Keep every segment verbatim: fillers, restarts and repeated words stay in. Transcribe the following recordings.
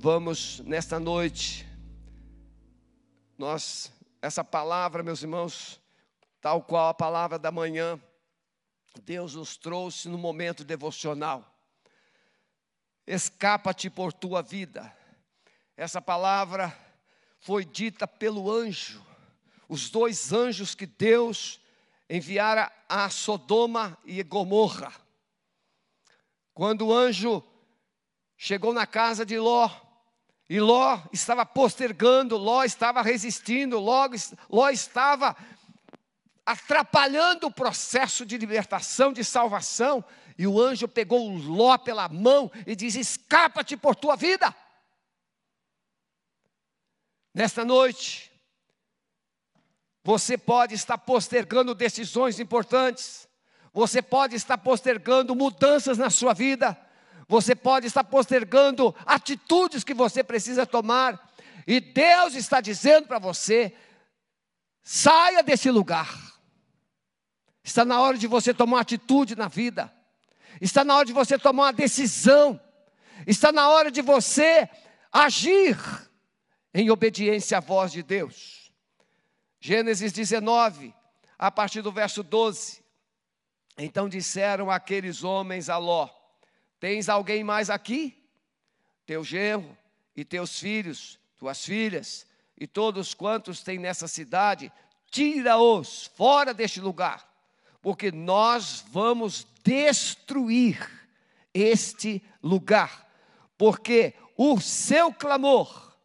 vamos nesta noite, nós, essa palavra, meus irmãos, tal qual a palavra da manhã, Deus nos trouxe no momento devocional. Escapa-te por tua vida. Essa palavra foi dita pelo anjo, os dois anjos que Deus enviara a Sodoma e Gomorra. Quando o anjo chegou na casa de Ló, e Ló estava postergando, Ló estava resistindo, Ló, Ló estava atrapalhando o processo de libertação, de salvação, e o anjo pegou o Ló pela mão e disse: escapa-te por tua vida. Nesta noite, você pode estar postergando decisões importantes, você pode estar postergando mudanças na sua vida, você pode estar postergando atitudes que você precisa tomar, e Deus está dizendo para você: saia desse lugar. Está na hora de você tomar uma atitude na vida, está na hora de você tomar uma decisão, está na hora de você agir em obediência à voz de Deus. Gênesis dezenove, a partir do verso doze. Então disseram aqueles homens a Ló: tens alguém mais aqui? Teu genro e teus filhos, tuas filhas, e todos quantos têm nessa cidade, tira-os fora deste lugar, porque nós vamos destruir este lugar, porque o seu clamor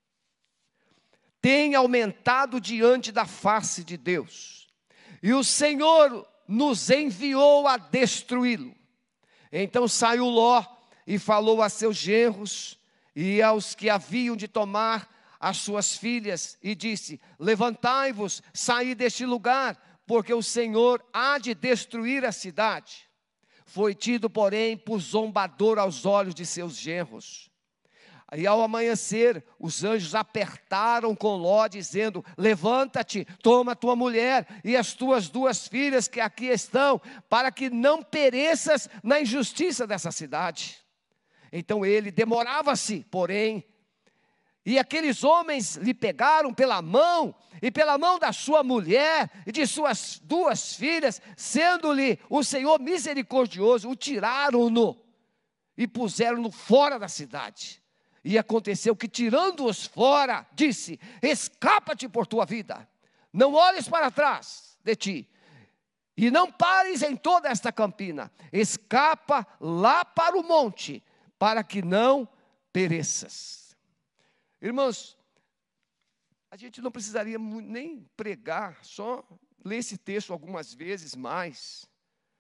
tem aumentado diante da face de Deus, e o Senhor nos enviou a destruí-lo. Então saiu Ló e falou a seus genros e aos que haviam de tomar as suas filhas, e disse: levantai-vos, saí deste lugar, porque o Senhor há de destruir a cidade. Foi tido, porém, por zombador aos olhos de seus genros. E ao amanhecer, os anjos apertaram com Ló, dizendo: levanta-te, toma tua mulher e as tuas duas filhas que aqui estão, para que não pereças na injustiça dessa cidade. Então ele demorava-se, porém, e aqueles homens lhe pegaram pela mão, e pela mão da sua mulher e de suas duas filhas, sendo-lhe o Senhor misericordioso, o tiraram-no e puseram-no fora da cidade. E aconteceu que, tirando-os fora, disse: escapa-te por tua vida, não olhes para trás de ti, e não pares em toda esta campina, escapa lá para o monte, para que não pereças. Irmãos, a gente não precisaria nem pregar, só ler esse texto algumas vezes mais.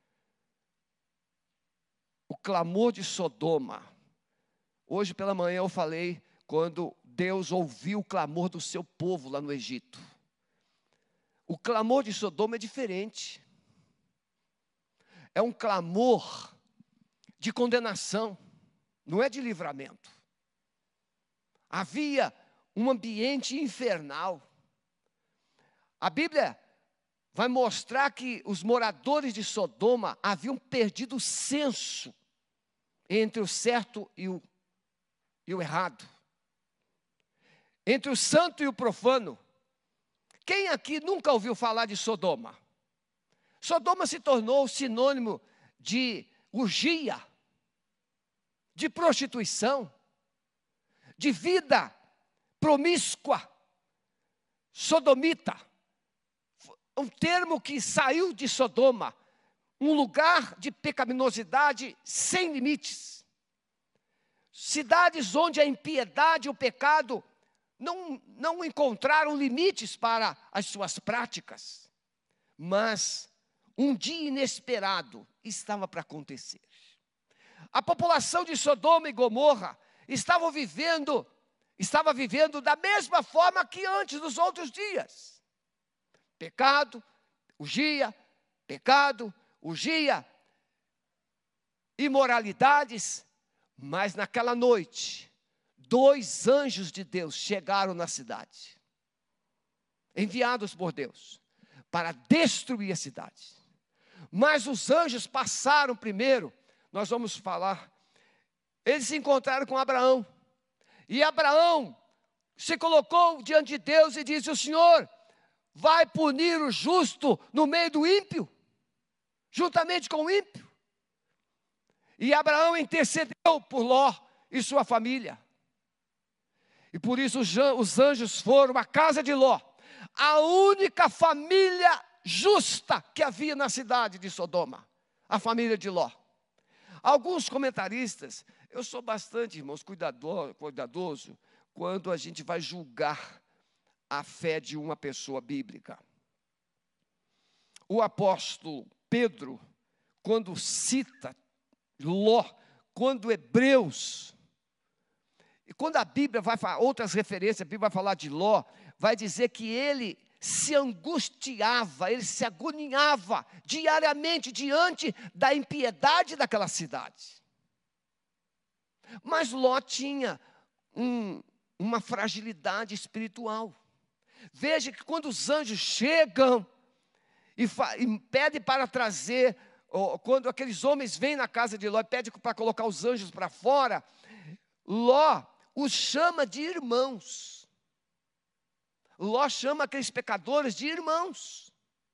O clamor de Sodoma. Hoje pela manhã eu falei quando Deus ouviu o clamor do seu povo lá no Egito. O clamor de Sodoma é diferente. É um clamor de condenação, não é de livramento. Havia um ambiente infernal. A Bíblia vai mostrar que os moradores de Sodoma haviam perdido o senso entre o certo e o e o errado, entre o santo e o profano. Quem aqui nunca ouviu falar de Sodoma? Sodoma se tornou sinônimo de orgia, de prostituição, de vida promíscua, sodomita. Um termo que saiu de Sodoma, um lugar de pecaminosidade sem limites. Cidades onde a impiedade e o pecado não, não encontraram limites para as suas práticas. Mas um dia inesperado estava para acontecer. A população de Sodoma e Gomorra estava vivendo, estava vivendo da mesma forma que antes dos outros dias. Pecado, orgia, pecado, orgia, imoralidades. Mas naquela noite, dois anjos de Deus chegaram na cidade, enviados por Deus, para destruir a cidade. Mas os anjos passaram primeiro, nós vamos falar, eles se encontraram com Abraão, E Abraão se colocou diante de Deus e disse: o Senhor vai punir o justo no meio do ímpio, juntamente com o ímpio. E Abraão intercedeu por Ló e sua família. E por isso os anjos foram à casa de Ló, a única família justa que havia na cidade de Sodoma, a família de Ló. Alguns comentaristas, eu sou bastante, irmãos, cuidadoso, cuidadoso quando a gente vai julgar a fé de uma pessoa bíblica. O apóstolo Pedro, quando cita Ló, quando Hebreus, e quando a Bíblia vai falar, outras referências, a Bíblia vai falar de Ló, vai dizer que ele se angustiava, ele se agoniava diariamente diante da impiedade daquela cidade. Mas Ló tinha um, uma fragilidade espiritual. Veja que quando os anjos chegam e, e pedem para trazer, ou, quando aqueles homens vêm na casa de Ló e pedem para colocar os anjos para fora, Ló os chama de irmãos. Ló chama aqueles pecadores de irmãos.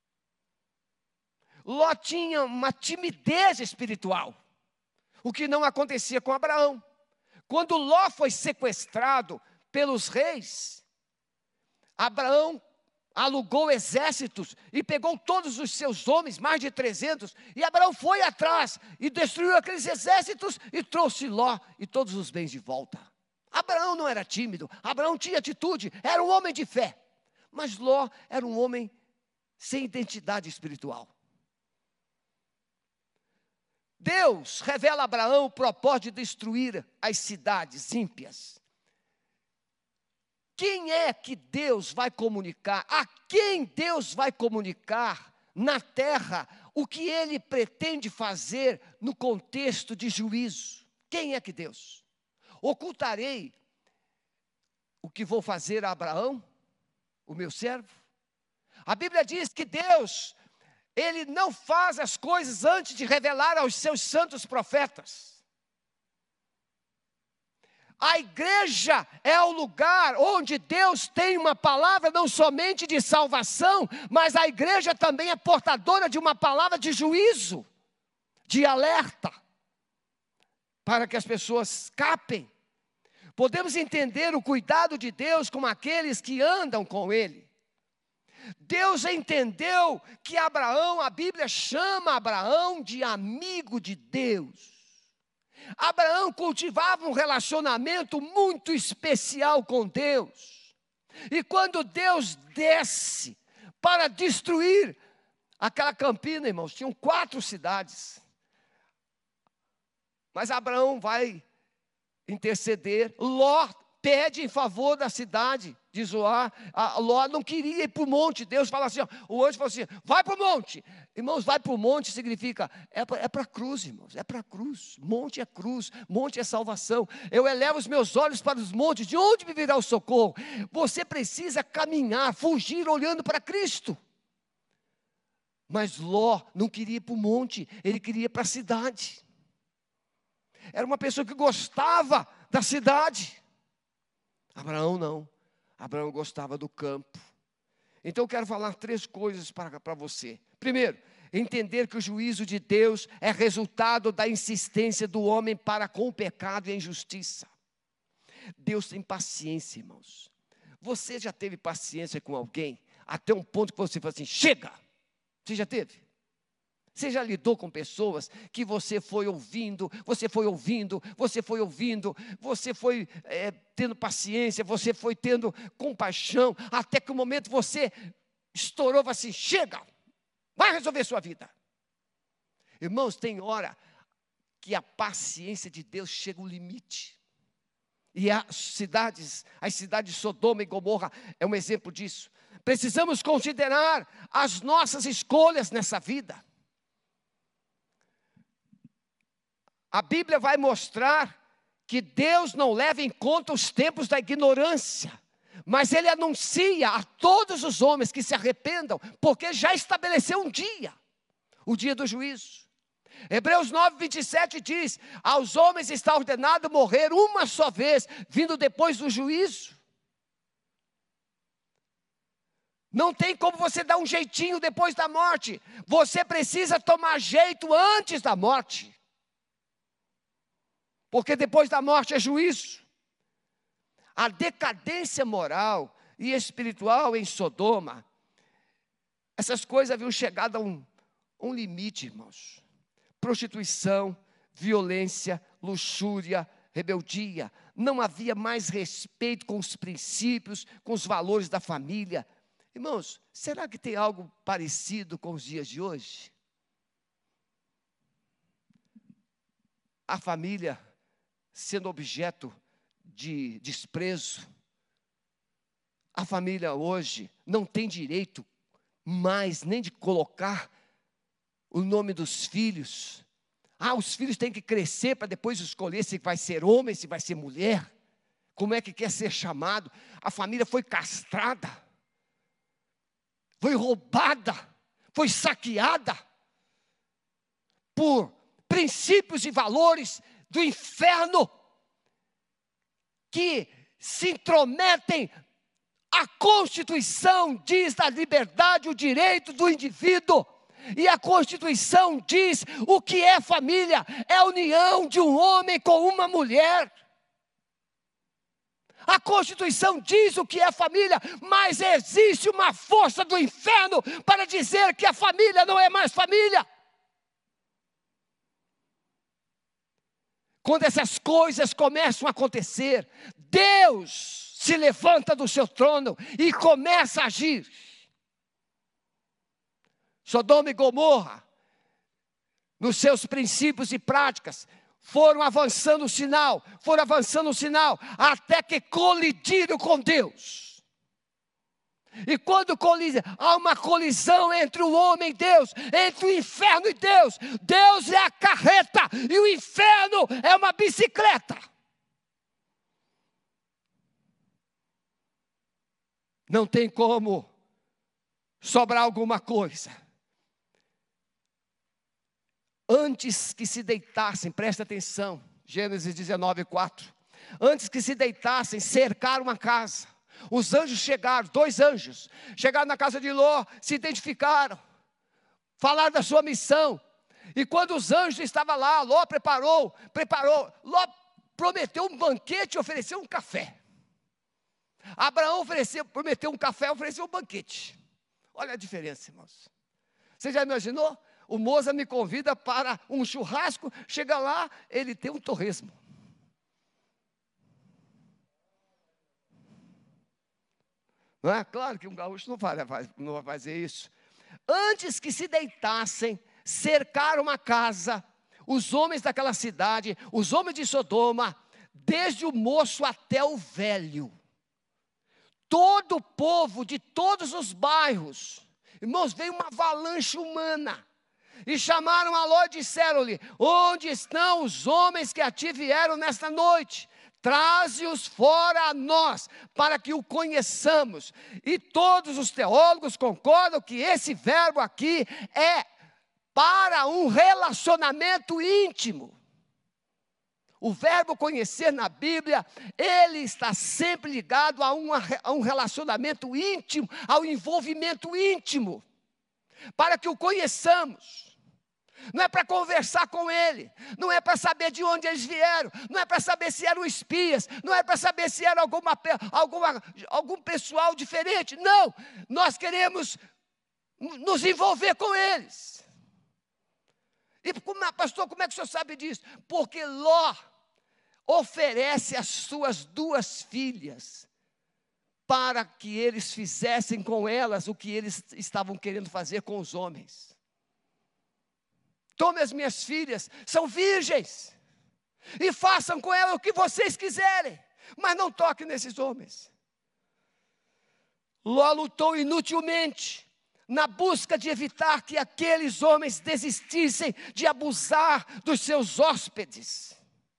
Ló tinha uma timidez espiritual, o que não acontecia com Abraão. Quando Ló foi sequestrado pelos reis, Abraão alugou exércitos e pegou todos os seus homens, mais de trezentos, e Abraão foi atrás e destruiu aqueles exércitos e trouxe Ló e todos os bens de volta. Abraão não era tímido, Abraão tinha atitude, era um homem de fé. Mas Ló era um homem sem identidade espiritual. Deus revela a Abraão o propósito de destruir as cidades ímpias. Quem é que Deus vai comunicar? A quem Deus vai comunicar na terra o que Ele pretende fazer no contexto de juízo? Quem é que Deus? Ocultarei o que vou fazer a Abraão, o meu servo? A Bíblia diz que Deus, Ele não faz as coisas antes de revelar aos seus santos profetas. A igreja é o lugar onde Deus tem uma palavra não somente de salvação, mas a igreja também é portadora de uma palavra de juízo, de alerta, para que as pessoas capem. Podemos entender o cuidado de Deus com aqueles que andam com Ele. Deus entendeu que Abraão, a Bíblia chama Abraão de amigo de Deus. Abraão cultivava um relacionamento muito especial com Deus. E quando Deus desce para destruir aquela campina, irmãos, tinham quatro cidades. Mas Abraão vai interceder. Ló pede em favor da cidade de Zoar. A Ló não queria ir para o monte. Deus fala assim, ó, o anjo fala assim, vai para o monte. Irmãos, vai para o monte significa, é para é para a cruz, irmãos, é para a cruz. Monte é cruz, monte é salvação. Eu elevo os meus olhos para os montes, de onde me virá o socorro? Você precisa caminhar, fugir olhando para Cristo. Mas Ló não queria ir para o monte, ele queria ir para a cidade. Era uma pessoa que gostava da cidade. Abraão não. Abraão gostava do campo. Então eu quero falar três coisas para, para você. Primeiro, entender que o juízo de Deus é resultado da insistência do homem para com o pecado e a injustiça. Deus tem paciência, irmãos. Você já teve paciência com alguém até um ponto que você fala assim, chega! Você já teve? Você já lidou com pessoas que você foi ouvindo, você foi ouvindo, você foi ouvindo, você foi é, tendo paciência, você foi tendo compaixão, até que o momento você estourou e falou assim, chega, vai resolver sua vida. Irmãos, tem hora que a paciência de Deus chega ao limite. E as cidades, as cidades de Sodoma e Gomorra é um exemplo disso. Precisamos considerar as nossas escolhas nessa vida. A Bíblia vai mostrar que Deus não leva em conta os tempos da ignorância, mas Ele anuncia a todos os homens que se arrependam, porque já estabeleceu um dia, o dia do juízo. Hebreus nove, vinte e sete diz: aos homens está ordenado morrer uma só vez, vindo depois do juízo. Não tem como você dar um jeitinho depois da morte. Você precisa tomar jeito antes da morte. Porque depois da morte é juízo. A decadência moral e espiritual em Sodoma, essas coisas haviam chegado a um, um limite, irmãos. Prostituição, violência, luxúria, rebeldia. Não havia mais respeito com os princípios, com os valores da família. Irmãos, será que tem algo parecido com os dias de hoje? A família sendo objeto de desprezo. A família hoje não tem direito mais nem de colocar o nome dos filhos. Ah, os filhos têm que crescer para depois escolher se vai ser homem, se vai ser mulher. Como é que quer ser chamado? A família foi castrada. Foi roubada, foi saqueada por princípios e valores do inferno que se intrometem. A Constituição diz da liberdade, o direito do indivíduo. E a Constituição diz o que é família: é a união de um homem com uma mulher. A Constituição diz o que é família, mas existe uma força do inferno para dizer que a família não é mais família. Quando essas coisas começam a acontecer, Deus se levanta do seu trono e começa a agir. Sodoma e Gomorra, nos seus princípios e práticas, foram avançando o sinal, foram avançando o sinal, até que colidiram com Deus. E quando colide, há uma colisão entre o homem e Deus, entre o inferno e Deus. Deus é a carreta e o inferno é uma bicicleta. Não tem como sobrar alguma coisa. Antes que se deitassem, presta atenção, Gênesis dezenove, quatro. Antes que se deitassem, cercaram uma casa. Os anjos chegaram, dois anjos, chegaram na casa de Ló, se identificaram, falaram da sua missão. E quando os anjos estavam lá, Ló preparou, preparou, Ló prometeu um banquete e ofereceu um café. Abraão ofereceu, prometeu um café e ofereceu um banquete. Olha a diferença, irmãos. Você já imaginou? O moça me convida para um churrasco, chega lá, ele tem um torresmo. Não é? Claro que um gaúcho não vai, não vai fazer isso. Antes que se deitassem, cercaram uma casa, os homens daquela cidade, os homens de Sodoma, desde o moço até o velho. Todo o povo de todos os bairros, irmãos, veio uma avalanche humana. E chamaram a Ló e disseram-lhe: onde estão os homens que a ti vieram nesta noite? Traze-os fora a nós, para que o conheçamos. E todos os teólogos concordam que esse verbo aqui é para um relacionamento íntimo. O verbo conhecer na Bíblia, ele está sempre ligado a, uma, a um relacionamento íntimo, ao envolvimento íntimo, para que o conheçamos. Não é para conversar com ele, não é para saber de onde eles vieram, não é para saber se eram espias, não é para saber se era alguma, alguma, algum pessoal diferente. Não, nós queremos nos envolver com eles. E pastor, como é que o senhor sabe disso? Porque Ló oferece as suas duas filhas para que eles fizessem com elas o que eles estavam querendo fazer com os homens. Tome as minhas filhas, são virgens, e façam com elas o que vocês quiserem, mas não toquem nesses homens. Ló lutou inutilmente na busca de evitar que aqueles homens desistissem de abusar dos seus hóspedes.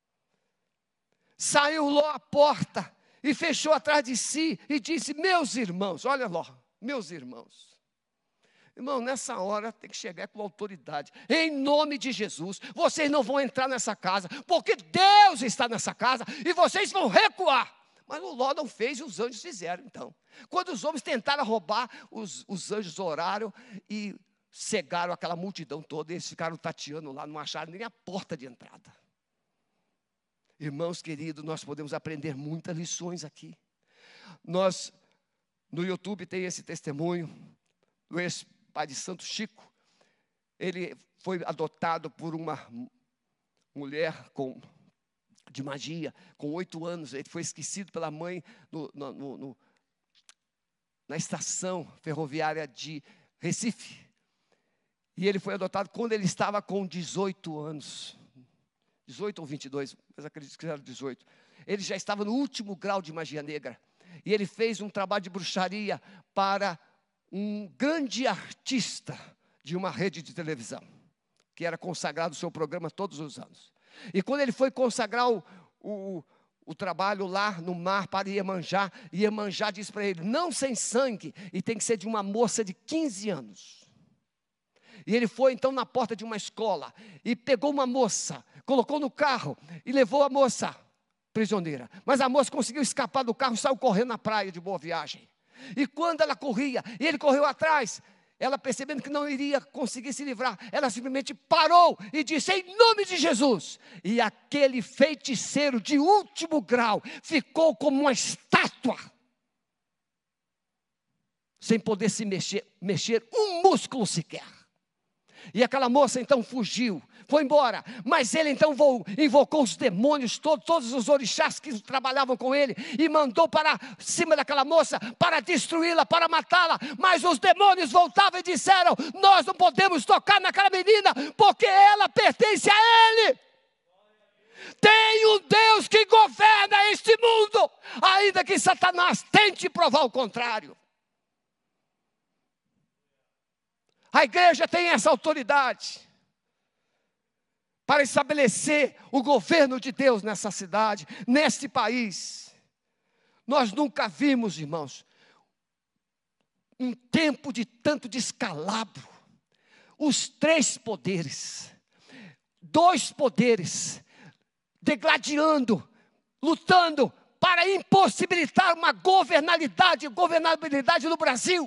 Saiu Ló à porta e fechou atrás de si e disse: meus irmãos, olha Ló, meus irmãos, Irmão, nessa hora tem que chegar com autoridade. Em nome de Jesus, vocês não vão entrar nessa casa, porque Deus está nessa casa e vocês vão recuar. Mas o Ló não fez e os anjos fizeram, então. Quando os homens tentaram roubar, os, os anjos oraram e cegaram aquela multidão toda. E eles ficaram tateando lá, não acharam nem a porta de entrada. Irmãos queridos, nós podemos aprender muitas lições aqui. Nós, no YouTube tem esse testemunho do ex-pai de Santo Chico. Ele foi adotado por uma mulher com, de magia, com oito anos. Ele foi esquecido pela mãe no, no, no, no, na estação ferroviária de Recife. E ele foi adotado quando ele estava com dezoito anos. dezoito ou vinte e dois, mas acredito que era dezoito. Ele já estava no último grau de magia negra. E ele fez um trabalho de bruxaria para um grande artista de uma rede de televisão, que era consagrado o seu programa todos os anos. E quando ele foi consagrar o, o, o trabalho lá no mar para Iemanjá, Iemanjá disse para ele, não sem sangue, e tem que ser de uma moça de quinze anos. E ele foi então na porta de uma escola, e pegou uma moça, colocou no carro, e levou a moça prisioneira. Mas a moça conseguiu escapar do carro e saiu correndo na praia de Boa Viagem. E quando ela corria, e ele correu atrás, ela percebendo que não iria conseguir se livrar, ela simplesmente parou e disse, em nome de Jesus. E aquele feiticeiro de último grau ficou como uma estátua, sem poder se mexer, mexer um músculo sequer. E aquela moça então fugiu, foi embora. Mas ele então invocou os demônios todos, todos os orixás que trabalhavam com ele, e mandou para cima daquela moça, para destruí-la, para matá-la. Mas os demônios voltavam e disseram, nós não podemos tocar naquela menina, porque ela pertence a ele. Tem um Deus que governa este mundo, ainda que Satanás tente provar o contrário. A igreja tem essa autoridade para estabelecer o governo de Deus nessa cidade, neste país. Nós nunca vimos, irmãos, um tempo de tanto descalabro. Os três poderes, dois poderes, degladiando, lutando para impossibilitar uma governabilidade, governabilidade no Brasil.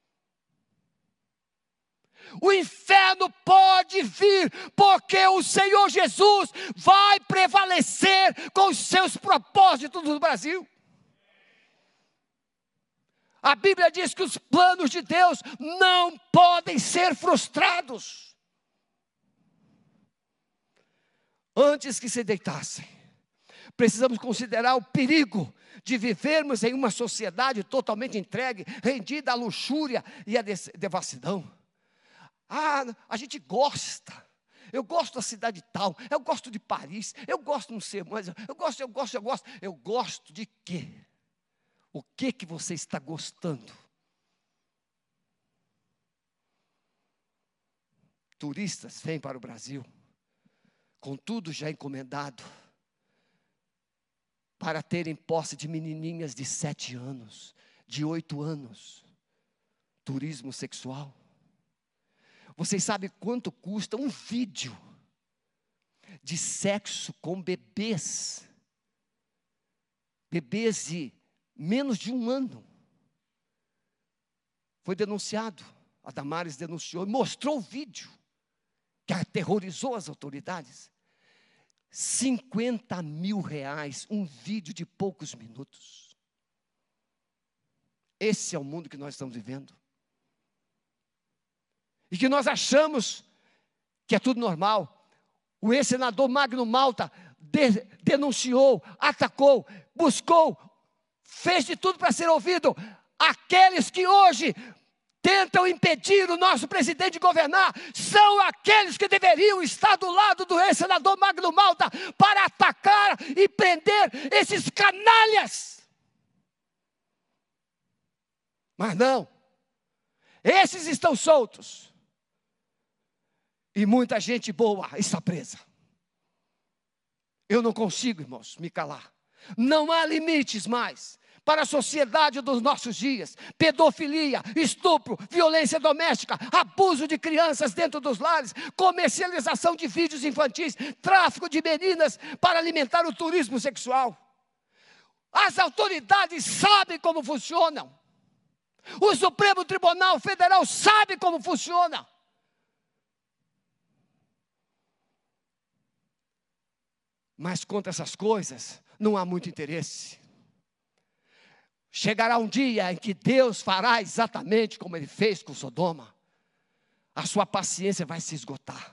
O inferno pode vir, porque o Senhor Jesus vai prevalecer com os seus propósitos no Brasil. A Bíblia diz que os planos de Deus não podem ser frustrados. Antes que se deitassem, precisamos considerar o perigo de vivermos em uma sociedade totalmente entregue, rendida à luxúria e à devassidão. Ah, a gente gosta, eu gosto da cidade tal, eu gosto de Paris, eu gosto não sei mais, eu gosto, eu gosto, eu gosto, eu gosto de quê? O que que você está gostando? Turistas vêm para o Brasil, com tudo já encomendado, para terem posse de menininhas de sete anos, de oito anos, turismo sexual. Vocês sabem quanto custa um vídeo de sexo com bebês? Bebês de menos de um ano. Foi denunciado. A Damares denunciou e mostrou o vídeo, que aterrorizou as autoridades. cinquenta mil reais, um vídeo de poucos minutos. Esse é o mundo que nós estamos vivendo. E que nós achamos que é tudo normal. O ex-senador Magno Malta de, denunciou, atacou, buscou, fez de tudo para ser ouvido. Aqueles que hoje tentam impedir o nosso presidente de governar são aqueles que deveriam estar do lado do ex-senador Magno Malta para atacar e prender esses canalhas. Mas não, esses estão soltos. E muita gente boa está presa. Eu não consigo, irmãos, me calar. Não há limites mais para a sociedade dos nossos dias: pedofilia, estupro, violência doméstica, abuso de crianças dentro dos lares, comercialização de vídeos infantis, tráfico de meninas para alimentar o turismo sexual. As autoridades sabem como funcionam. O Supremo Tribunal Federal sabe como funciona. Mas contra essas coisas não há muito interesse. Chegará um dia em que Deus fará exatamente como Ele fez com Sodoma. A sua paciência vai se esgotar.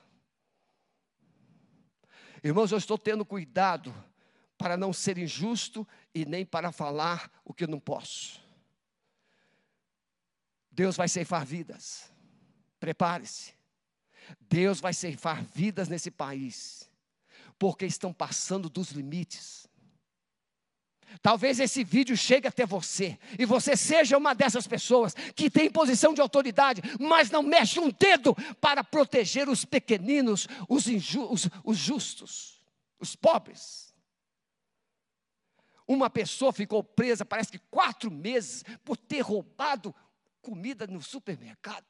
Irmãos, eu estou tendo cuidado para não ser injusto e nem para falar o que eu não posso. Deus vai ceifar vidas. Prepare-se. Deus vai ceifar vidas nesse país, porque estão passando dos limites. Talvez esse vídeo chegue até você, e você seja uma dessas pessoas que tem posição de autoridade, mas não mexe um dedo para proteger os pequeninos, os, inju- os, os justos, os pobres. Uma pessoa ficou presa, parece que quatro meses, por ter roubado comida no supermercado.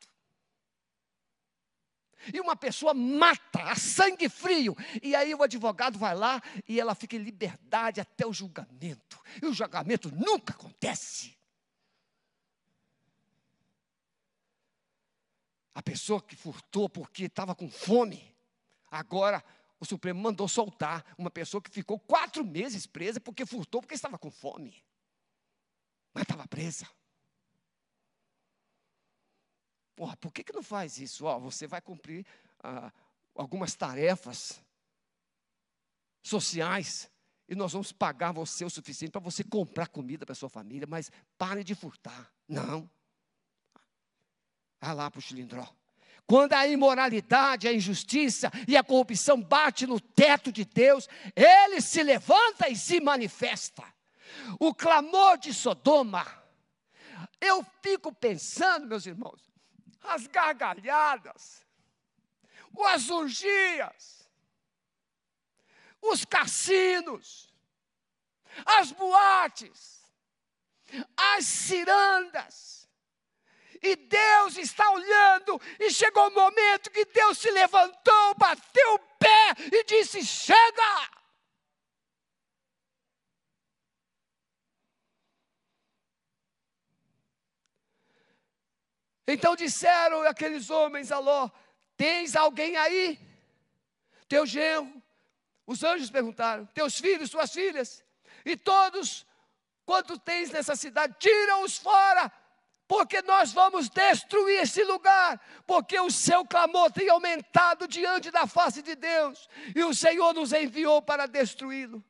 E uma pessoa mata a sangue frio. E aí o advogado vai lá e ela fica em liberdade até o julgamento. E o julgamento nunca acontece. A pessoa que furtou porque estava com fome, agora o Supremo mandou soltar uma pessoa que ficou quatro meses presa porque furtou porque estava com fome. Mas estava presa. Porra, por que que não faz isso? Ó, você vai cumprir ah, algumas tarefas sociais e nós vamos pagar você o suficiente para você comprar comida para sua família, mas pare de furtar. Não. Vai lá para o Chilindró. Quando a imoralidade, a injustiça e a corrupção bate no teto de Deus, Ele se levanta e se manifesta. O clamor de Sodoma, eu fico pensando, meus irmãos, as gargalhadas, as orgias, os cassinos, as boates, as cirandas. E Deus está olhando, e chegou o momento que Deus se levantou, bateu o pé e disse: chega! Então disseram aqueles homens a Ló: tens alguém aí? Teu genro? Os anjos perguntaram: teus filhos, tuas filhas? E todos, quanto tens nessa cidade, tira-os fora, porque nós vamos destruir esse lugar, porque o seu clamor tem aumentado diante da face de Deus, e o Senhor nos enviou para destruí-lo.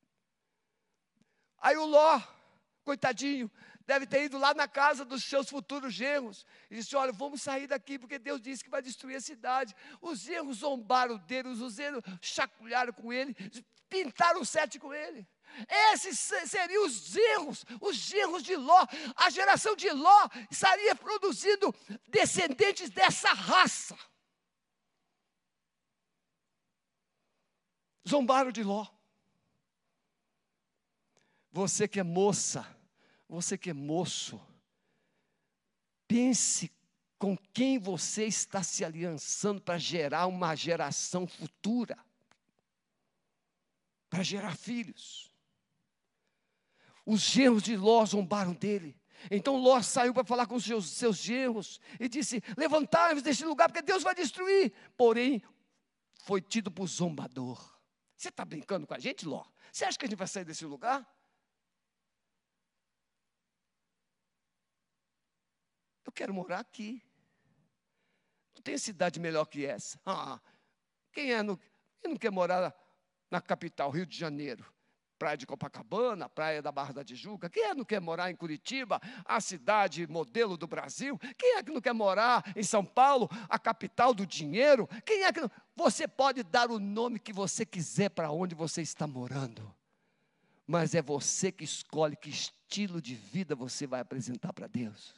Aí o Ló, coitadinho, deve ter ido lá na casa dos seus futuros genros e disse: olha, vamos sair daqui, porque Deus disse que vai destruir a cidade. Os genros zombaram dele, os genros chacoalharam com ele, pintaram o sete com ele. Esses seriam os genros, os genros de Ló. A geração de Ló estaria produzindo descendentes dessa raça. Zombaram de Ló. Você que é moça, você que é moço, pense com quem você está se aliançando para gerar uma geração futura, para gerar filhos. Os genros de Ló zombaram dele. Então Ló saiu para falar com os seus, seus genros e disse: levantai-vos deste lugar, porque Deus vai destruir. Porém, foi tido por zombador. Você está brincando com a gente, Ló? Você acha que a gente vai sair desse lugar? Eu quero morar aqui. Não tem cidade melhor que essa. Ah, quem, é no, quem não quer morar na capital, Rio de Janeiro? Praia de Copacabana, praia da Barra da Tijuca. Quem é que não quer morar em Curitiba, a cidade modelo do Brasil? Quem é que não quer morar em São Paulo, a capital do dinheiro? Quem é que não... Você pode dar o nome que você quiser para onde você está morando, mas é você que escolhe que estilo de vida você vai apresentar para Deus.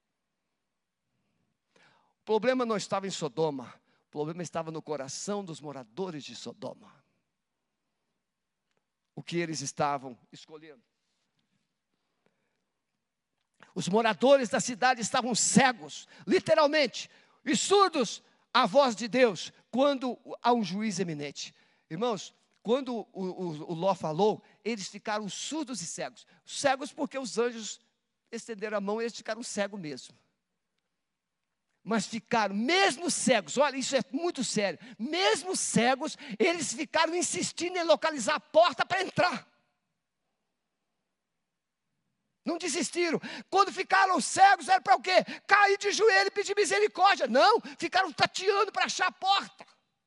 O problema não estava em Sodoma, o problema estava no coração dos moradores de Sodoma. O que eles estavam escolhendo. Os moradores da cidade estavam cegos, literalmente, e surdos à voz de Deus, quando há um juiz eminente. Irmãos, quando o, o, o Ló falou, eles ficaram surdos e cegos. Cegos porque os anjos estenderam a mão e eles ficaram cegos mesmo. Mas ficaram, mesmo cegos, olha, isso é muito sério. Mesmo cegos, eles ficaram insistindo em localizar a porta para entrar. Não desistiram. Quando ficaram cegos, era para o quê? Cair de joelho e pedir misericórdia. Não, ficaram tateando para achar a porta.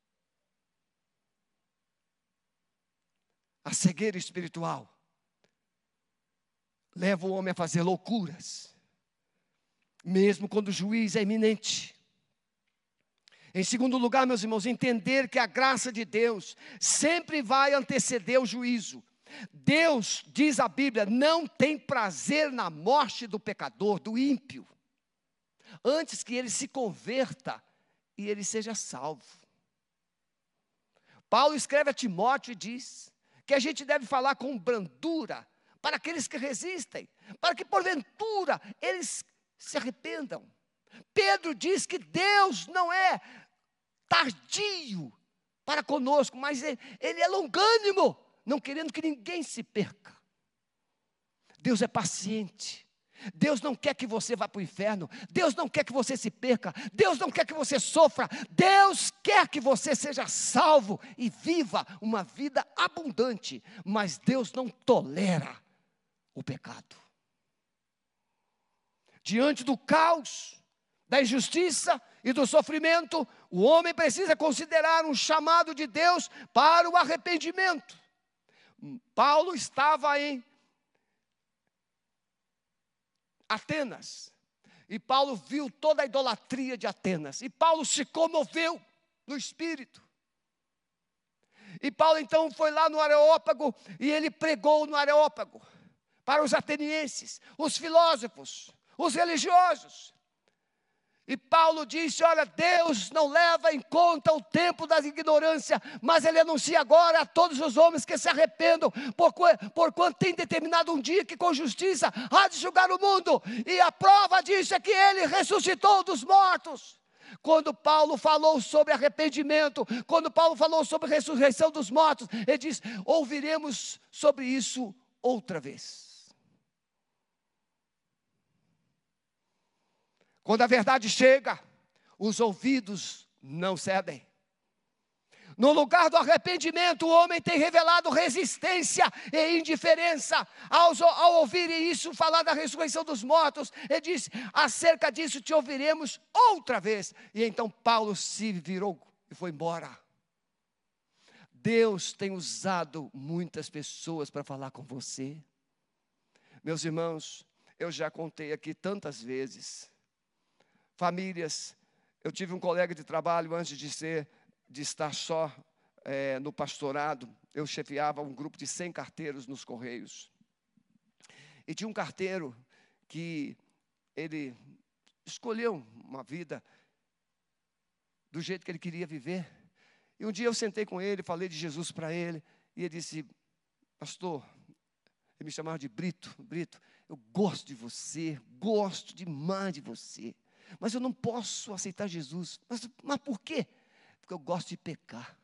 A cegueira espiritual leva o homem a fazer loucuras, mesmo quando o juiz é iminente. Em segundo lugar, meus irmãos, entender que a graça de Deus sempre vai anteceder o juízo. Deus, diz a Bíblia, não tem prazer na morte do pecador, do ímpio, antes que ele se converta e ele seja salvo. Paulo escreve a Timóteo e diz que a gente deve falar com brandura para aqueles que resistem, para que porventura eles se arrependam. Pedro diz que Deus não é tardio para conosco, mas ele, ele é longânimo, não querendo que ninguém se perca. Deus é paciente. Deus não quer que você vá para o inferno. Deus não quer que você se perca. Deus não quer que você sofra. Deus quer que você seja salvo e viva uma vida abundante. Mas Deus não tolera o pecado. Diante do caos, da injustiça e do sofrimento, o homem precisa considerar um chamado de Deus para o arrependimento. Paulo estava em Atenas, e Paulo viu toda a idolatria de Atenas, e Paulo se comoveu no espírito. E Paulo então foi lá no Areópago, e ele pregou no Areópago, para os atenienses, os filósofos, os religiosos. E Paulo disse, olha, Deus não leva em conta o tempo da ignorância, mas Ele anuncia agora a todos os homens que se arrependam, porquanto tem determinado um dia que com justiça há de julgar o mundo, e a prova disso é que Ele ressuscitou dos mortos. Quando Paulo falou sobre arrependimento, quando Paulo falou sobre ressurreição dos mortos, ele diz, ouviremos sobre isso outra vez. Quando a verdade chega, os ouvidos não cedem. No lugar do arrependimento, o homem tem revelado resistência e indiferença. Ao, ao ouvir isso, falar da ressurreição dos mortos, ele diz, acerca disso te ouviremos outra vez. E então Paulo se virou e foi embora. Deus tem usado muitas pessoas para falar com você. Meus irmãos, eu já contei aqui tantas vezes. Famílias, eu tive um colega de trabalho antes de ser, de estar só é, no pastorado, eu chefiava um grupo de cem carteiros nos Correios. E tinha um carteiro que ele escolheu uma vida do jeito que ele queria viver. E um dia eu sentei com ele, falei de Jesus para ele, e ele disse, pastor, ele me chamava de Brito, Brito, eu gosto de você, gosto demais de você. Mas eu não posso aceitar Jesus. Mas, mas por quê? Porque eu gosto de pecar.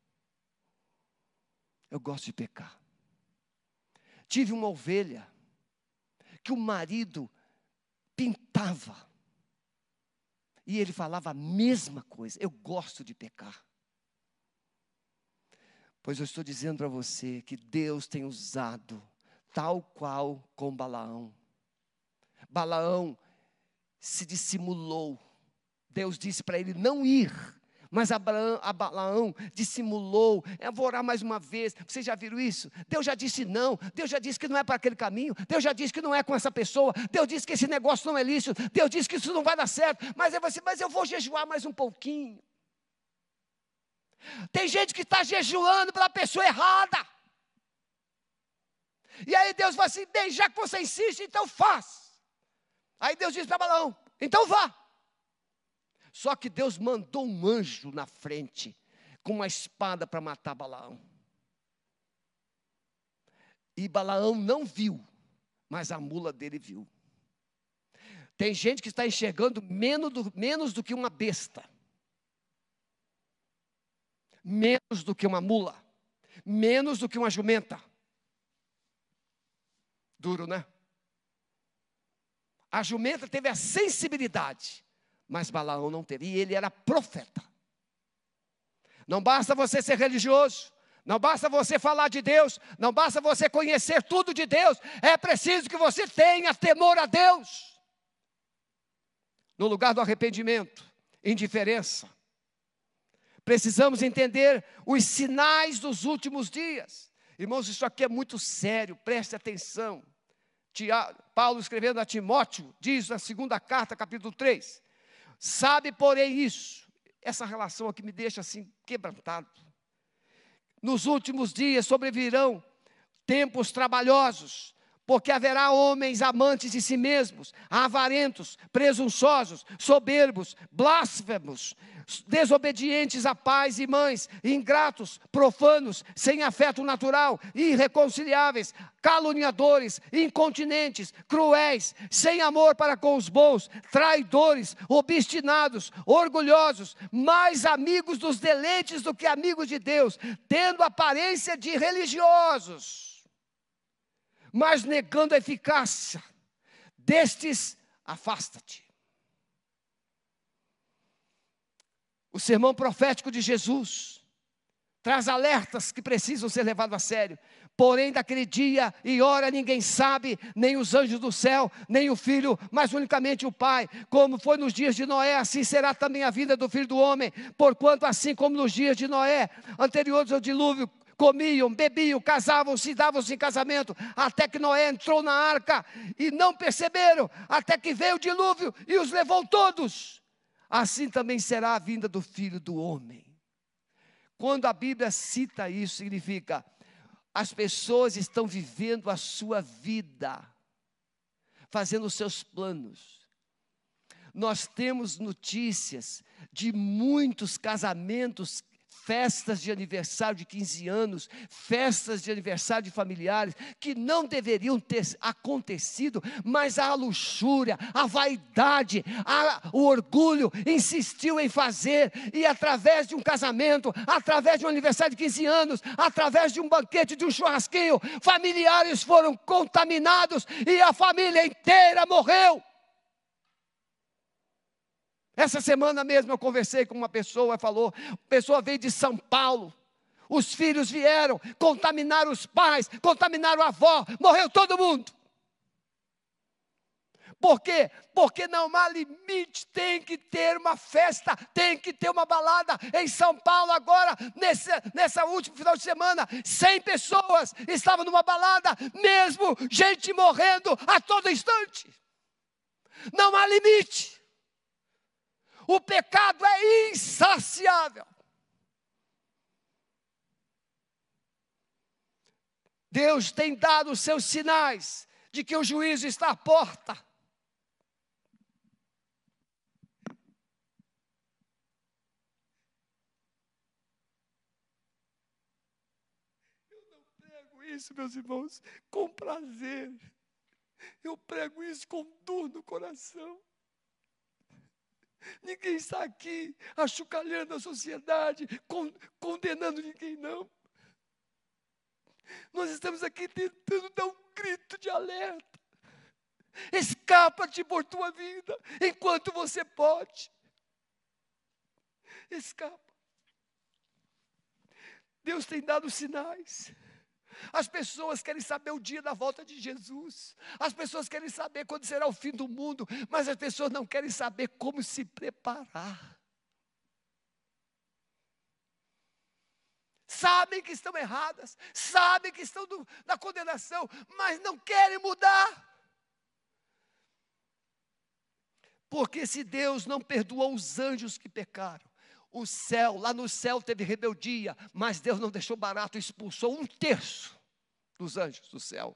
Eu gosto de pecar. Tive uma ovelha que o marido pintava. E ele falava a mesma coisa. Eu gosto de pecar. Pois eu estou dizendo para você que Deus tem usado tal qual com Balaão. Balaão se dissimulou. Deus disse para ele não ir, mas Abraão, a Balaão dissimulou. Eu vou orar mais uma vez. Vocês já viram isso? Deus já disse não. Deus já disse que não é para aquele caminho. Deus já disse que não é com essa pessoa. Deus disse que esse negócio não é lícito. Deus disse que isso não vai dar certo. Mas, você, mas eu vou jejuar mais um pouquinho. Tem gente que está jejuando pela pessoa errada. E aí Deus fala assim, bem, já que você insiste, então faz. Aí Deus diz para Balaão, então vá. Só que Deus mandou um anjo na frente, com uma espada para matar Balaão. E Balaão não viu, mas a mula dele viu. Tem gente que está enxergando menos do, menos do que uma besta. Menos do que uma mula. Menos do que uma jumenta. Duro, né? A jumenta teve a sensibilidade, mas Balaão não teve. E ele era profeta. Não basta você ser religioso. Não basta você falar de Deus. Não basta você conhecer tudo de Deus. É preciso que você tenha temor a Deus. No lugar do arrependimento, indiferença. Precisamos entender os sinais dos últimos dias. Irmãos, isso aqui é muito sério, preste atenção. Paulo escrevendo a Timóteo, diz na segunda carta, capítulo três. Sabe, porém, isso. Essa relação aqui me deixa assim, quebrantado. Nos últimos dias sobrevirão tempos trabalhosos, porque haverá homens amantes de si mesmos, avarentos, presunçosos, soberbos, blasfemos, desobedientes a pais e mães, ingratos, profanos, sem afeto natural, irreconciliáveis, caluniadores, incontinentes, cruéis, sem amor para com os bons, traidores, obstinados, orgulhosos, mais amigos dos deleites do que amigos de Deus, tendo aparência de religiosos, mas negando a eficácia. Destes, afasta-te. O sermão profético de Jesus traz alertas que precisam ser levados a sério. Porém, daquele dia e hora ninguém sabe, nem os anjos do céu, nem o Filho, mas unicamente o Pai. Como foi nos dias de Noé, assim será também a vida do Filho do Homem. Porquanto assim como nos dias de Noé, anteriores ao dilúvio, comiam, bebiam, casavam-se, davam-se em casamento, até que Noé entrou na arca, e não perceberam, até que veio o dilúvio e os levou todos. Assim também será a vinda do Filho do Homem. Quando a Bíblia cita isso, significa, as pessoas estão vivendo a sua vida, fazendo os seus planos. Nós temos notícias de muitos casamentos, festas de aniversário de quinze anos, festas de aniversário de familiares, que não deveriam ter acontecido, mas a luxúria, a vaidade, a, o orgulho insistiu em fazer, e através de um casamento, através de um aniversário de quinze anos, através de um banquete, de um churrasquinho, familiares foram contaminados, e a família inteira morreu. Essa semana mesmo eu conversei com uma pessoa, falou, a pessoa veio de São Paulo, os filhos vieram, contaminaram os pais, contaminaram a avó, morreu todo mundo. Por quê? Porque não há limite, tem que ter uma festa, tem que ter uma balada. Em São Paulo agora, nesse, nessa última final de semana, cem pessoas estavam numa balada, mesmo gente morrendo a todo instante. Não há limite. O pecado é insaciável. Deus tem dado os seus sinais de que o juízo está à porta. Eu não prego isso, meus irmãos, com prazer. Eu prego isso com dor no coração. Ninguém está aqui achucalhando a sociedade, con- condenando ninguém, não. Nós estamos aqui tentando dar um grito de alerta. Escapa-te por tua vida, enquanto você pode. Escapa. Deus tem dado sinais. As pessoas querem saber o dia da volta de Jesus. As pessoas querem saber quando será o fim do mundo. Mas as pessoas não querem saber como se preparar. Sabem que estão erradas. Sabem que estão do, na condenação. Mas não querem mudar. Porque se Deus não perdoou os anjos que pecaram, o céu, lá no céu teve rebeldia, mas Deus não deixou barato, expulsou um terço dos anjos do céu.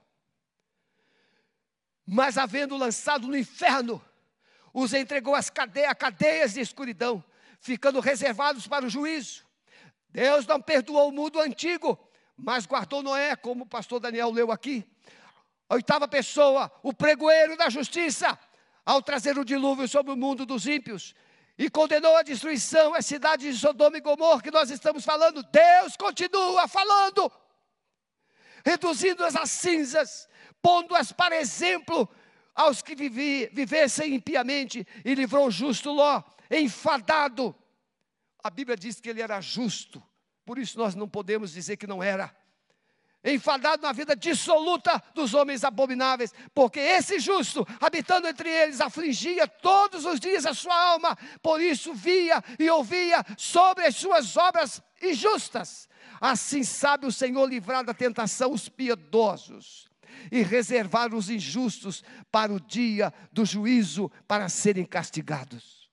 Mas havendo lançado no inferno, os entregou às cadeias, cadeias de escuridão, ficando reservados para o juízo. Deus não perdoou o mundo antigo, mas guardou Noé, como o pastor Daniel leu aqui. A oitava pessoa, o pregoeiro da justiça. ao trazer o dilúvio sobre o mundo dos ímpios, e condenou a destruição as cidades de Sodoma e Gomorra, que nós estamos falando, Deus continua falando, reduzindo-as a cinzas, pondo-as para exemplo aos que vivi, vivessem impiamente, e livrou o justo Ló, enfadado. A Bíblia diz que ele era justo, por isso nós não podemos dizer que não era. Enfadado na vida dissoluta dos homens abomináveis, porque esse justo, habitando entre eles, afligia todos os dias a sua alma, por isso via e ouvia sobre as suas obras injustas. Assim sabe o Senhor livrar da tentação os piedosos, e reservar os injustos para o dia do juízo, para serem castigados.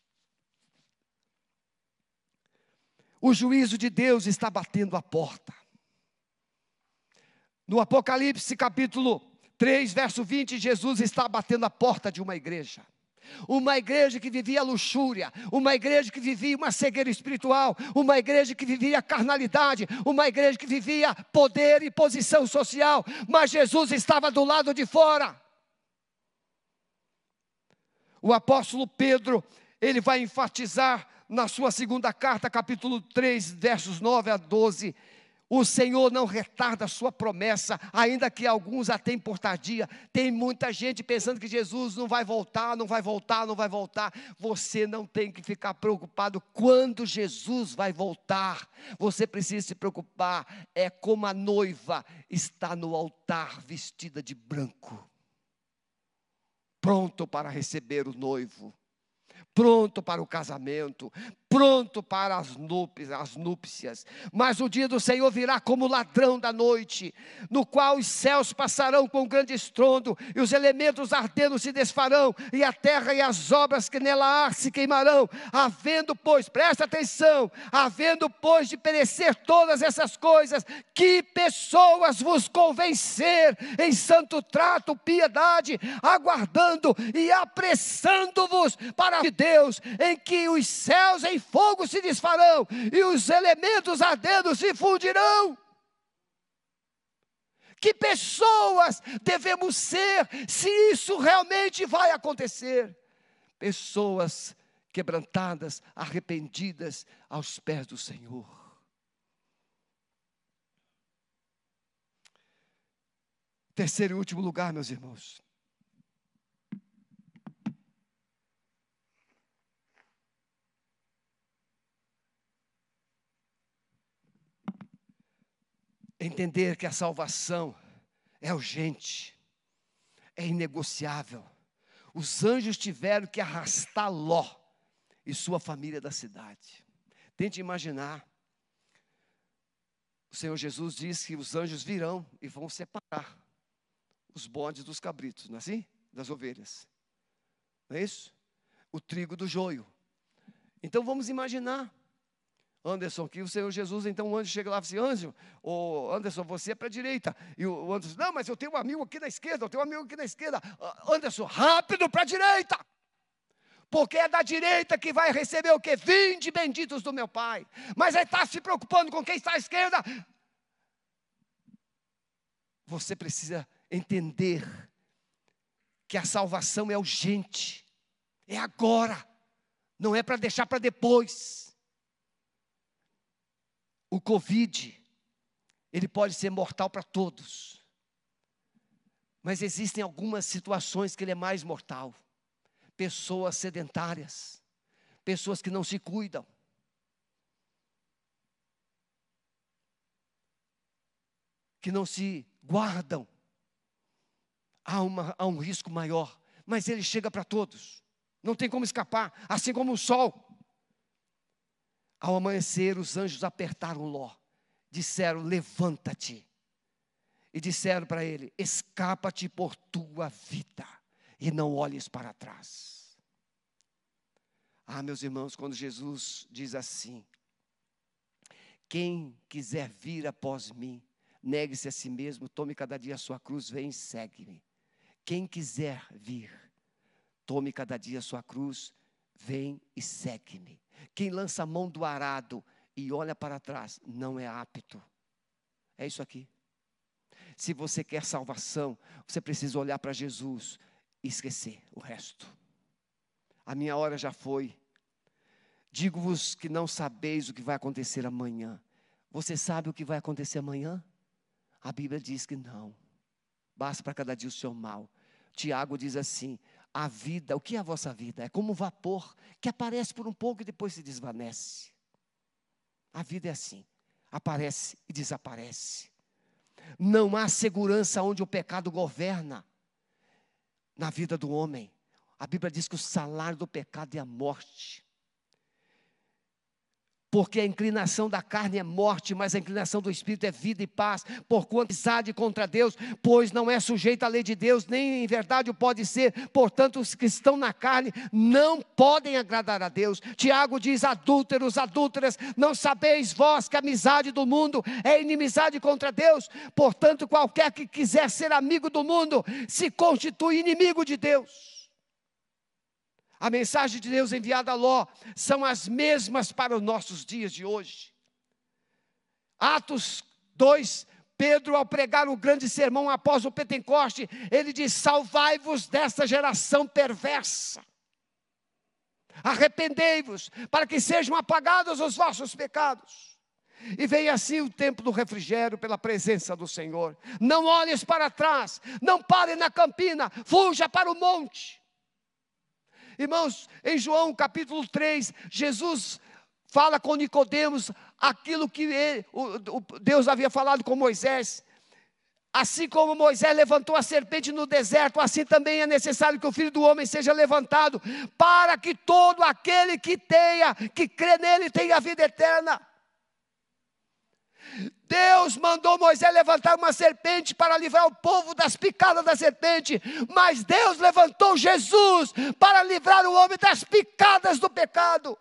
O juízo de Deus está batendo a porta. No Apocalipse capítulo três, verso vinte, Jesus está batendo a porta de uma igreja. Uma igreja que vivia luxúria, uma igreja que vivia uma cegueira espiritual, uma igreja que vivia carnalidade, uma igreja que vivia poder e posição social, mas Jesus estava do lado de fora. O apóstolo Pedro, ele vai enfatizar na sua segunda carta, capítulo três, versos nove a doze, o Senhor não retarda a sua promessa, ainda que alguns a tenham por tardia. Tem muita gente pensando que Jesus não vai voltar, não vai voltar, não vai voltar. Você não tem que ficar preocupado quando Jesus vai voltar. Você precisa se preocupar, é como a noiva está no altar vestida de branco, pronto para receber o noivo, pronto para o casamento, pronto para as núpcias, as núpcias. Mas o dia do Senhor virá como ladrão da noite, no qual os céus passarão com grande estrondo, e os elementos ardendo se desfarão, e a terra e as obras que nela há se queimarão. Havendo, pois, presta atenção, havendo, pois, de perecer todas essas coisas, que pessoas vos convencer em santo trato, piedade, aguardando e apressando-vos para Deus, em que os céus em fogo se desfarão, e os elementos ardendo se fundirão. Que pessoas devemos ser, se isso realmente vai acontecer? Pessoas quebrantadas, arrependidas, aos pés do Senhor. Terceiro e último lugar, meus irmãos. Entender que a salvação é urgente, é inegociável. Os anjos tiveram que arrastar Ló e sua família da cidade. Tente imaginar. O Senhor Jesus diz que os anjos virão e vão separar os bodes dos cabritos, não é assim? Das ovelhas. Não é isso? O trigo do joio. Então vamos imaginar, Anderson, que o Senhor Jesus, então o anjo chega lá e fala assim, anjo, ô Anderson, você é para a direita. E o Anderson diz, não, mas eu tenho um amigo aqui na esquerda, eu tenho um amigo aqui na esquerda. Anderson, rápido para a direita. Porque é da direita que vai receber o quê? Vinde benditos do meu Pai. Mas aí está se preocupando com quem está à esquerda. Você precisa entender que a salvação é urgente. É agora. Não é para deixar para depois. O Covid, ele pode ser mortal para todos. Mas existem algumas situações que ele é mais mortal. Pessoas sedentárias, pessoas que não se cuidam. Que não se guardam. Há, uma, há um risco maior, mas ele chega para todos. Não tem como escapar, assim como o sol. Ao amanhecer, os anjos apertaram Ló, disseram, levanta-te. E disseram para ele, escapa-te por tua vida, e não olhes para trás. Ah, meus irmãos, quando Jesus diz assim, quem quiser vir após mim, negue-se a si mesmo, tome cada dia a sua cruz, vem e segue-me. Quem quiser vir, tome cada dia a sua cruz, vem e segue-me. Quem lança a mão do arado e olha para trás, não é apto. É isso aqui. Se você quer salvação, você precisa olhar para Jesus e esquecer o resto. A minha hora já foi. Digo-vos que não sabeis o que vai acontecer amanhã. Você sabe o que vai acontecer amanhã? A Bíblia diz que não. Basta para cada dia o seu mal. Tiago diz assim: a vida, o que é a vossa vida? É como um vapor que aparece por um pouco e depois se desvanece. A vida é assim, aparece e desaparece. Não há segurança onde o pecado governa na vida do homem. A Bíblia diz que o salário do pecado é a morte. Porque a inclinação da carne é morte, mas a inclinação do Espírito é vida e paz. Porquanto amizade contra Deus, pois não é sujeito à lei de Deus, nem em verdade o pode ser. Portanto, os que estão na carne não podem agradar a Deus. Tiago diz: adúlteros, adúlteras, não sabeis vós que a amizade do mundo é inimizade contra Deus? Portanto, qualquer que quiser ser amigo do mundo, se constitui inimigo de Deus. A mensagem de Deus enviada a Ló são as mesmas para os nossos dias de hoje. Atos dois, Pedro, ao pregar o grande sermão após o Pentecoste, ele diz: salvai-vos desta geração perversa. Arrependei-vos, para que sejam apagados os vossos pecados. E vem assim o tempo do refrigério pela presença do Senhor. Não olhes para trás, não pare na campina, fuja para o monte. Irmãos, em João capítulo três, Jesus fala com Nicodemos aquilo que ele, o, o, Deus havia falado com Moisés. Assim como Moisés levantou a serpente no deserto, assim também é necessário que o Filho do Homem seja levantado, para que todo aquele que tenha, que crê nele, tenha a vida eterna. Deus mandou Moisés levantar uma serpente para livrar o povo das picadas da serpente, mas Deus levantou Jesus para livrar o homem das picadas do pecado.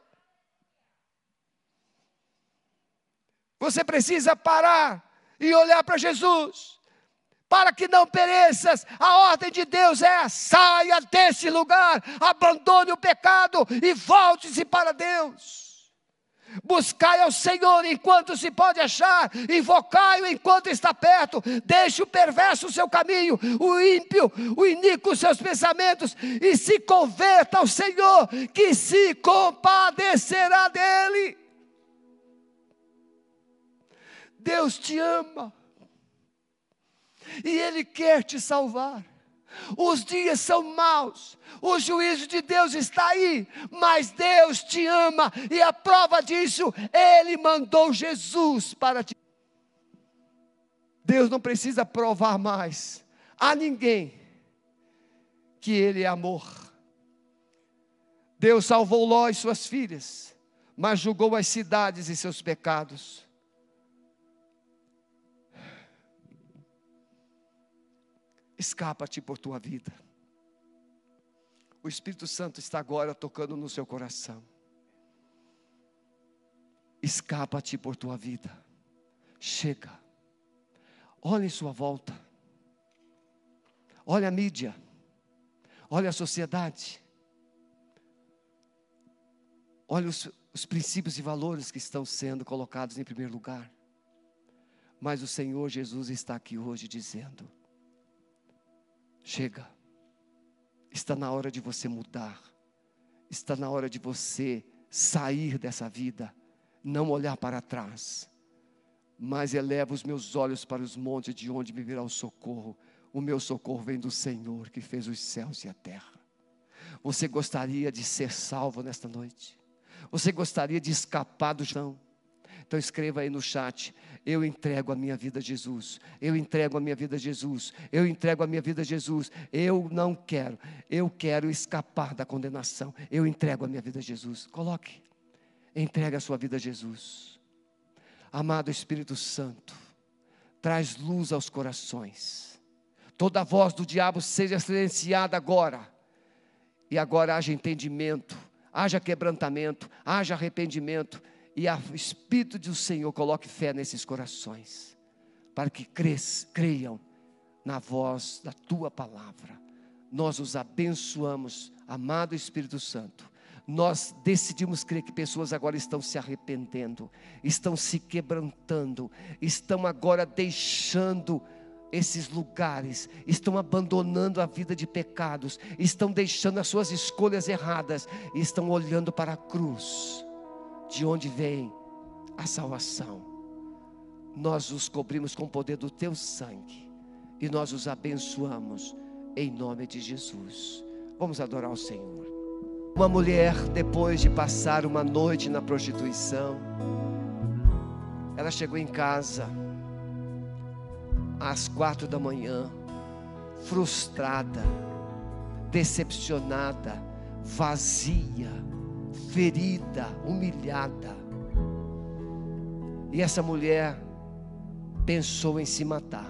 Você precisa parar e olhar para Jesus, para que não pereças. A ordem de Deus é: saia desse lugar, abandone o pecado e volte-se para Deus. Buscai ao Senhor enquanto se pode achar, invocai-o enquanto está perto. Deixe o perverso o seu caminho, o ímpio, o iníquo os seus pensamentos, e se converta ao Senhor, que se compadecerá dele. Deus te ama e Ele quer te salvar. Os dias são maus, o juízo de Deus está aí, mas Deus te ama, e a prova disso, Ele mandou Jesus para ti. Deus não precisa provar mais a ninguém que Ele é amor. Deus salvou Ló e suas filhas, mas julgou as cidades e seus pecados. Escapa-te por tua vida. O Espírito Santo está agora tocando no seu coração. Escapa-te por tua vida. Chega. Olhe em sua volta. Olha a mídia. Olha a sociedade. Olha os, os princípios e valores que estão sendo colocados em primeiro lugar. Mas o Senhor Jesus está aqui hoje dizendo: chega, está na hora de você mudar, está na hora de você sair dessa vida, não olhar para trás, mas eleva os meus olhos para os montes, de onde me virá o socorro. O meu socorro vem do Senhor, que fez os céus e a terra. Você gostaria de ser salvo nesta noite? Você gostaria de escapar do chão? Então escreva aí no chat: eu entrego a minha vida a Jesus, eu entrego a minha vida a Jesus, eu entrego a minha vida a Jesus, eu não quero, eu quero escapar da condenação, eu entrego a minha vida a Jesus. Coloque, entregue a sua vida a Jesus. Amado Espírito Santo, traz luz aos corações, toda voz do diabo seja silenciada agora, e agora haja entendimento, haja quebrantamento, haja arrependimento, e o Espírito do Senhor coloque fé nesses corações, para que cres, creiam na voz da Tua palavra. Nós os abençoamos, amado Espírito Santo. Nós decidimos crer que pessoas agora estão se arrependendo, estão se quebrantando, estão agora deixando esses lugares, estão abandonando a vida de pecados, estão deixando as suas escolhas erradas, e estão olhando para a cruz, de onde vem a salvação. Nós os cobrimos com o poder do teu sangue, e nós os abençoamos, em nome de Jesus. Vamos adorar o Senhor. Uma mulher, depois de passar uma noite na prostituição, ela chegou em casa às quatro da manhã, frustrada, decepcionada, vazia, ferida, humilhada. E essa mulher pensou em se matar,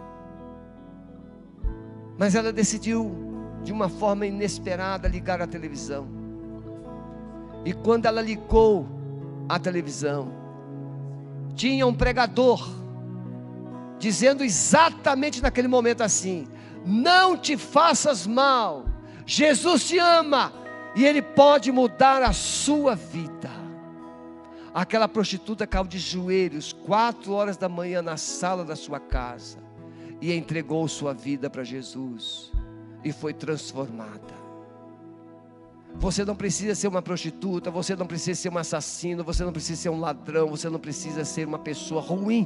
mas ela decidiu, de uma forma inesperada, ligar a televisão. E quando ela ligou a televisão, tinha um pregador dizendo exatamente naquele momento assim: não te faças mal, Jesus te ama e Ele pode mudar a sua vida. Aquela prostituta caiu de joelhos, quatro horas da manhã, na sala da sua casa, e entregou sua vida para Jesus, e foi transformada. Você não precisa ser uma prostituta, você não precisa ser um assassino, você não precisa ser um ladrão, você não precisa ser uma pessoa ruim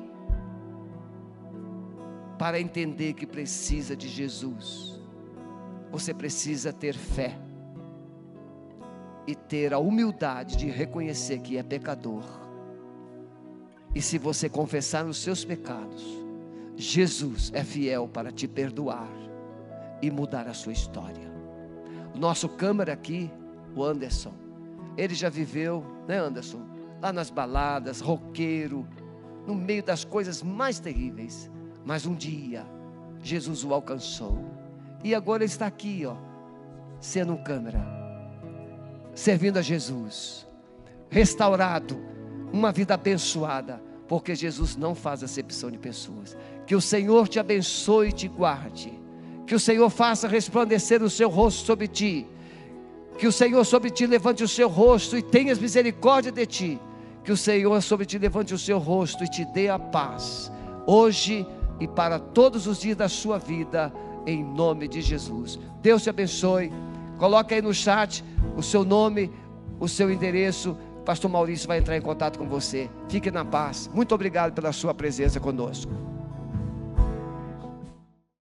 para entender que precisa de Jesus. Você precisa ter fé e ter a humildade de reconhecer que é pecador. E se você confessar os seus pecados, Jesus é fiel para te perdoar e mudar a sua história. O nosso câmara aqui, o Anderson, ele já viveu, né, Anderson? Lá nas baladas, roqueiro, no meio das coisas mais terríveis. Mas um dia, Jesus o alcançou. E agora ele está aqui, ó, sendo um câmara, servindo a Jesus, restaurado, uma vida abençoada, porque Jesus não faz acepção de pessoas. Que o Senhor te abençoe e te guarde. Que o Senhor faça resplandecer o seu rosto sobre ti. Que o Senhor sobre ti levante o seu rosto e tenha misericórdia de ti. Que o Senhor sobre ti levante o seu rosto e te dê a paz, hoje e para todos os dias da sua vida, em nome de Jesus. Deus te abençoe. Coloque aí no chat o seu nome, o seu endereço. Pastor Maurício vai entrar em contato com você. Fique na paz. Muito obrigado pela sua presença conosco.